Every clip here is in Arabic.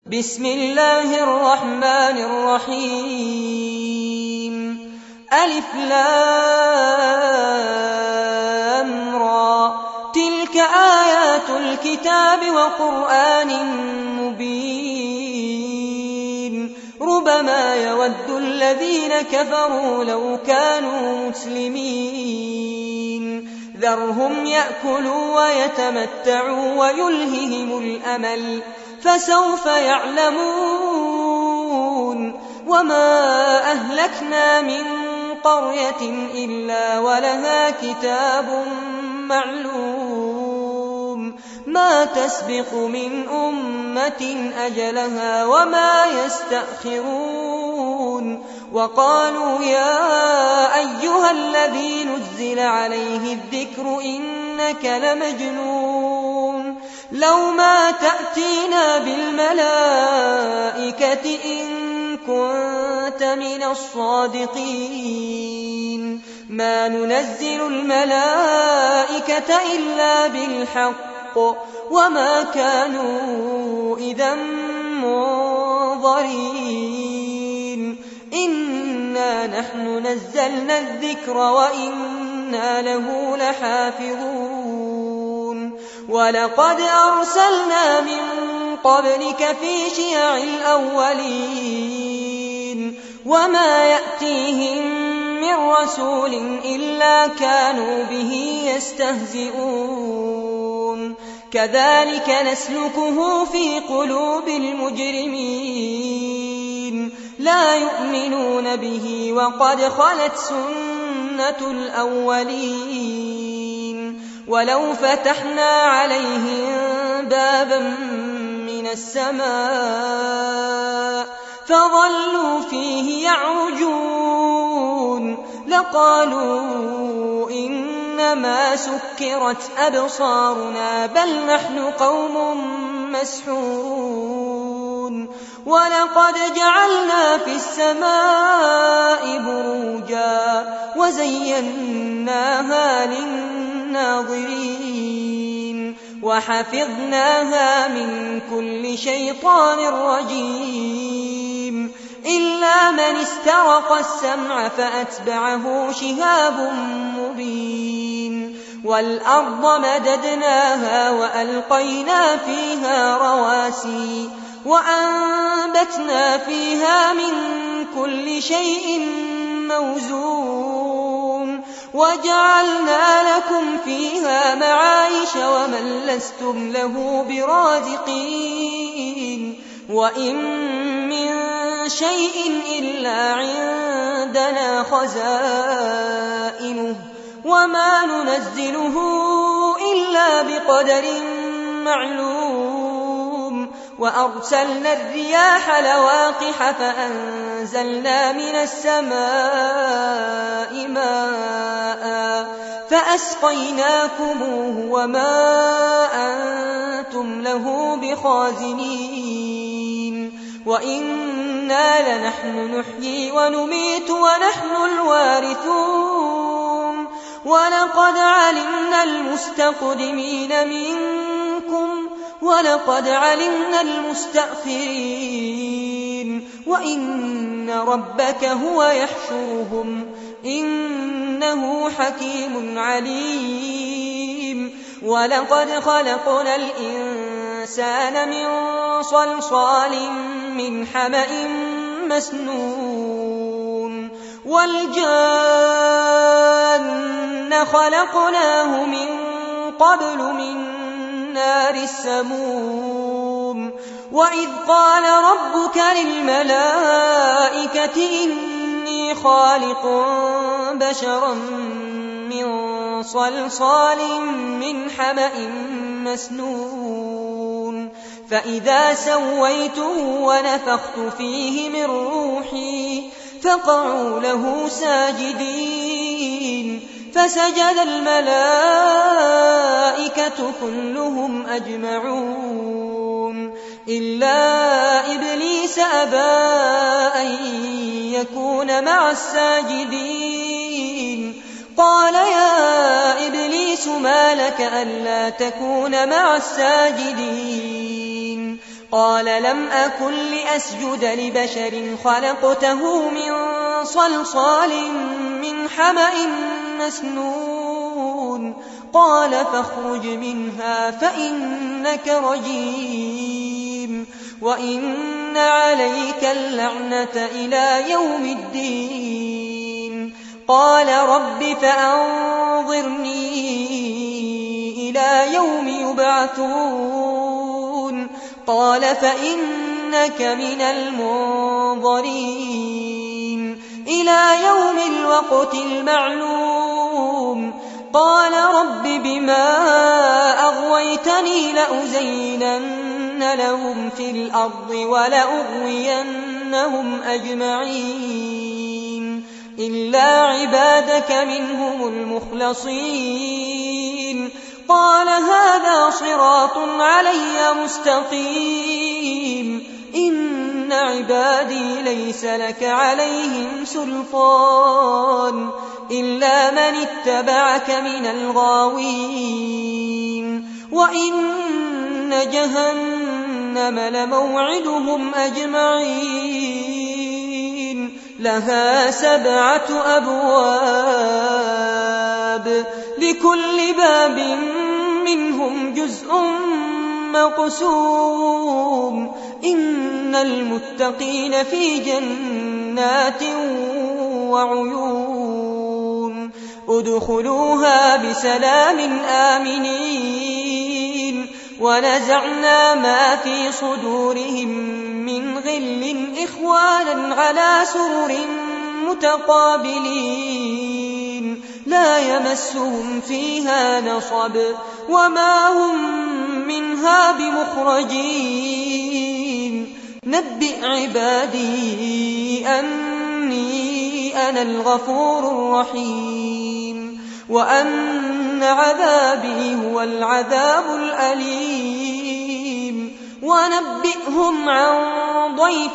بسم الله الرحمن الرحيم ألف لام را تلك آيات الكتاب وقرآن مبين ربما يود الذين كفروا لو كانوا مسلمين ذرهم يأكلوا ويتمتعوا ويلههم الأمل فسوف يعلمون وما أهلكنا من قرية إلا ولها كتاب معلوم ما تسبق من أمة أجلها وما يستأخرون وقالوا يا أيها الذي نزل عليه الذكر إنك لمجنون لو ما تأتينا بالملائكة إن كنت من الصادقين ما ننزل الملائكة إلا بالحق وما كانوا إذا منظرين إنا نحن نزلنا الذكر وإنا له لحافظون ولقد أرسلنا من قبلك في شيع الأولين وما يأتيهم من رسول إلا كانوا به يستهزئون كذلك نسلكه في قلوب المجرمين لا يؤمنون به وقد خلت سنة الأولين ولو فتحنا عليهم بابا من السماء فظلوا فيه يعرجون لقالوا إنما سكرت أبصارنا بل نحن قوم مسحورون ولقد جعلنا في السماء بروجا وزيناها للناظرين وحفظناها من كل شيطان رجيم إلا من استرق السمع فأتبعه شهاب مبين والأرض مددناها وألقينا فيها رواسي وأنبتنا فيها من كل شيء موزون وجعلنا لكم فيها معايش ومن لستم له برازقين وإن من شيء إلا عندنا خزائنه وما ننزله إلا بقدر معلوم وأرسلنا الرياح لواقح فأنزلنا من السماء ماء فأسقيناكموه وما أنتم له بخازنين وإنا لنحن نحيي ونميت ونحن الوارثون ولقد علمنا المستقدمين منكم ولقد علمنا المستأخرين وإن ربك هو يحشرهم إنه حكيم عليم ولقد خلقنا الإنسان من صلصال من حمأ مسنون والجان خلقناه من قبل من نار السموم وإذ قال ربك للملائكة إني خالق بشرا من صلصال من حمأ مسنون فإذا سويته ونفخت فيه من روحي فقعوا له ساجدين فسجد الملائكة كلهم أجمعون إلا إبليس أبى أن يكون مع الساجدين قال يا إبليس ما لك ألا تكون مع الساجدين قال لم أكن لأسجد لبشر خلقته من صلصال من حمأ مسنون قال فاخرج منها فإنك رجيم وإن عليك اللعنة إلى يوم الدين قال رب فأنظرني إلى يوم يبعثون قال فإنك من المنظرين إلى يوم الوقت المعلوم قال رب بما أغويتني لأزينن لهم في الأرض ولأغوينهم أجمعين إلا عبادك منهم المخلصين قال هذا صراط علي مستقيم إن عبادي ليس لك عليهم سلطان إلا من اتبعك من الغاوين وإن جهنم لموعدهم أجمعين لها 7 أبواب لكل باب منهم جزء مقسوم إن المتقين في جنات وعيون ادخلوها بسلام آمنين ونزعنا ما في صدورهم من غل إخوانا على سرر متقابلين لا يمسهم فيها نصب وما هم منها بمخرجين نبئ عبادي أني أنا الغفور الرحيم وأن عذابي هو العذاب الأليم ونبئهم عن ضيف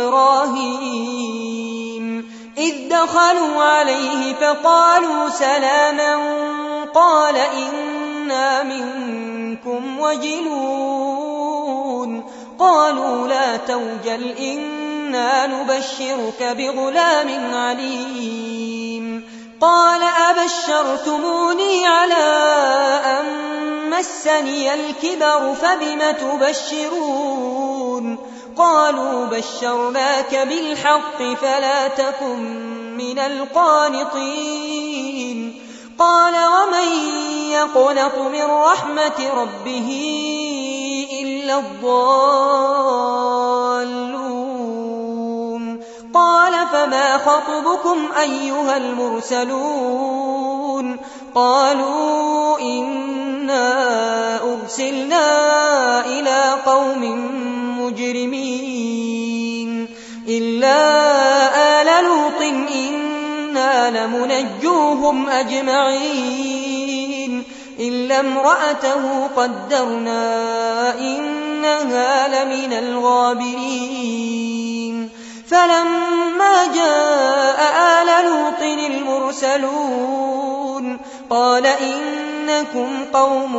إبراهيم إذ دخلوا عليه فقالوا سلاما قال إنا منكم وجلون قالوا لا توجل إنا نبشرك بغلام عليم قال أبشرتموني على أن مسني الكبر فبم تبشرون قالوا بشرناك بالحق فلا تكن من القانطين قال ومن يقنط من رحمة ربه إلا الضالون قال فما خطبكم أيها المرسلون قالوا إنا أرسلنا إلى قوم مجرمين إلا آل لوط إنا لمنجوهم أجمعين إلا امرأته قدرنا إنها لمن الغابرين فلما جاء آل لوط المرسلون قال إنكم قوم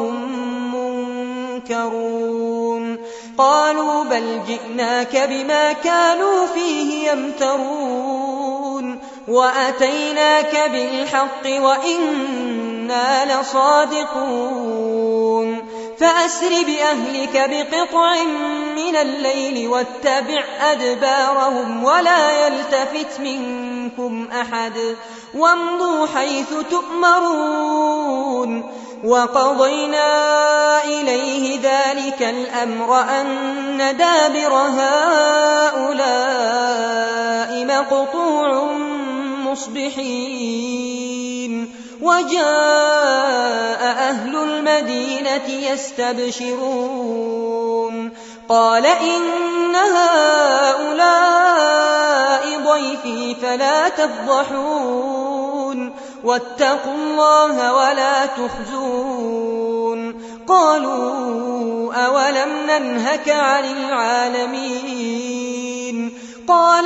منكرون قالوا بل جئناك بما كانوا فيه يمترون وأتيناك بالحق وإنا لصادقون فأسر بأهلك بقطع من الليل واتبع أدبارهم ولا يلتفت منكم أحد وامضوا حيث تؤمرون وقضينا إليه ذلك الأمر أن دابر هؤلاء مقطوع مصبحين وجاء أهل المدينة يستبشرون قال إن هؤلاء ضيفي فلا تفضحون واتقوا الله ولا تخزون قالوا أولم ننهك عن العالمين قال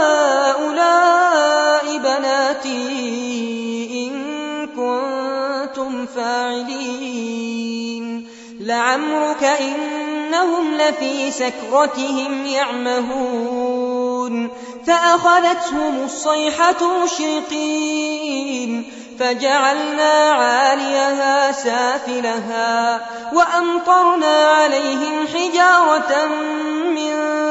هؤلاء بناتي إن كنتم فاعلين لعمرك إن إنهم لفي سكرتهم يعمهون فأخذتهم الصيحة مشرقين فجعلنا عاليها سافلها وأمطرنا عليهم حجارة من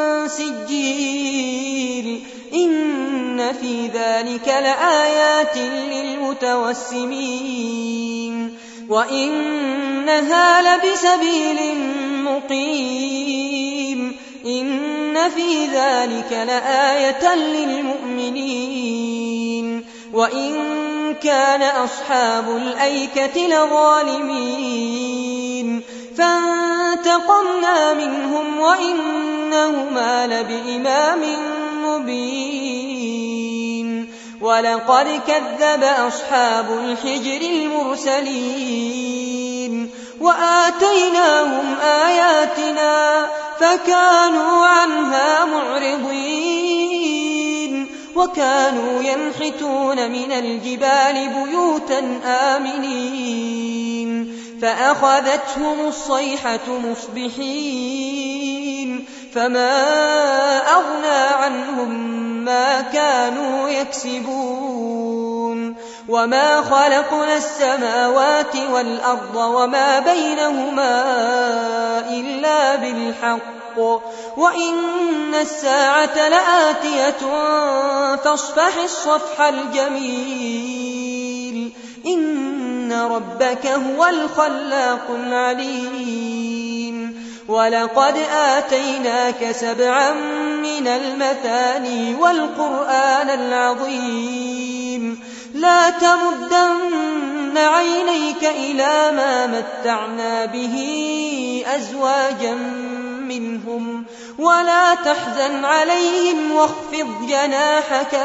سجيل إن في ذلك لآيات للمتوسمين وإنها لبسبيل مقيم إن في ذلك لآية للمؤمنين وإن كان أصحاب الأيكة لظالمين فانتقمنا منهم وإنهما لبإمام مبين ولقد كذب أصحاب الحجر المرسلين وآتيناهم آياتنا فكانوا عنها معرضين وكانوا ينحتون من الجبال بيوتا آمنين فأخذتهم الصيحة مصبحين فما أغنى عنهم ما كانوا يكسبون وما خلقنا السماوات والأرض وما بينهما إلا بالحق وإن الساعة لآتية فاصفح الصفح الجميل إن ربك هو الخلاق العليم ولقد آتيناك 7 من المثاني والقرآن العظيم لا تمدن عينيك إلى ما متعنا به أزواجا منهم ولا تحزن عليهم واخفض جناحك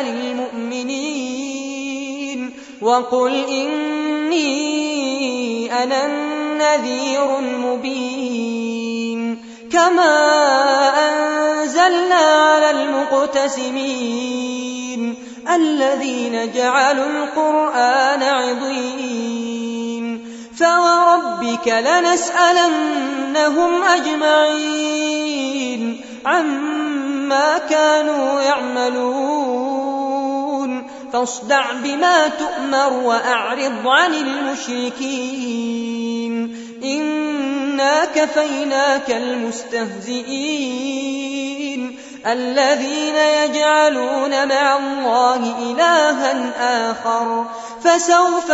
للمؤمنين وقل إني أنا النذير المبين كما أنزلنا على المقتسمين الذين جعلوا القرآن عضين فوربك لنسألنهم أجمعين عما كانوا يعملون فاصدع بما تؤمر وأعرض عن المشركين إنا كفيناك المستهزئين الذين يجعلون مع الله إلها آخر فسوف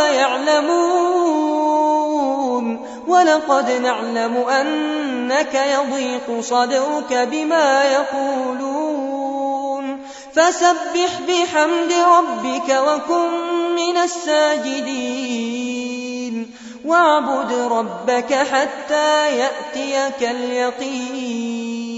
يعلمون ولقد نعلم أنك يضيق صدرك بما يقولون فسبح بحمد ربك وكن من الساجدين واعبد ربك حتى يأتيك اليقين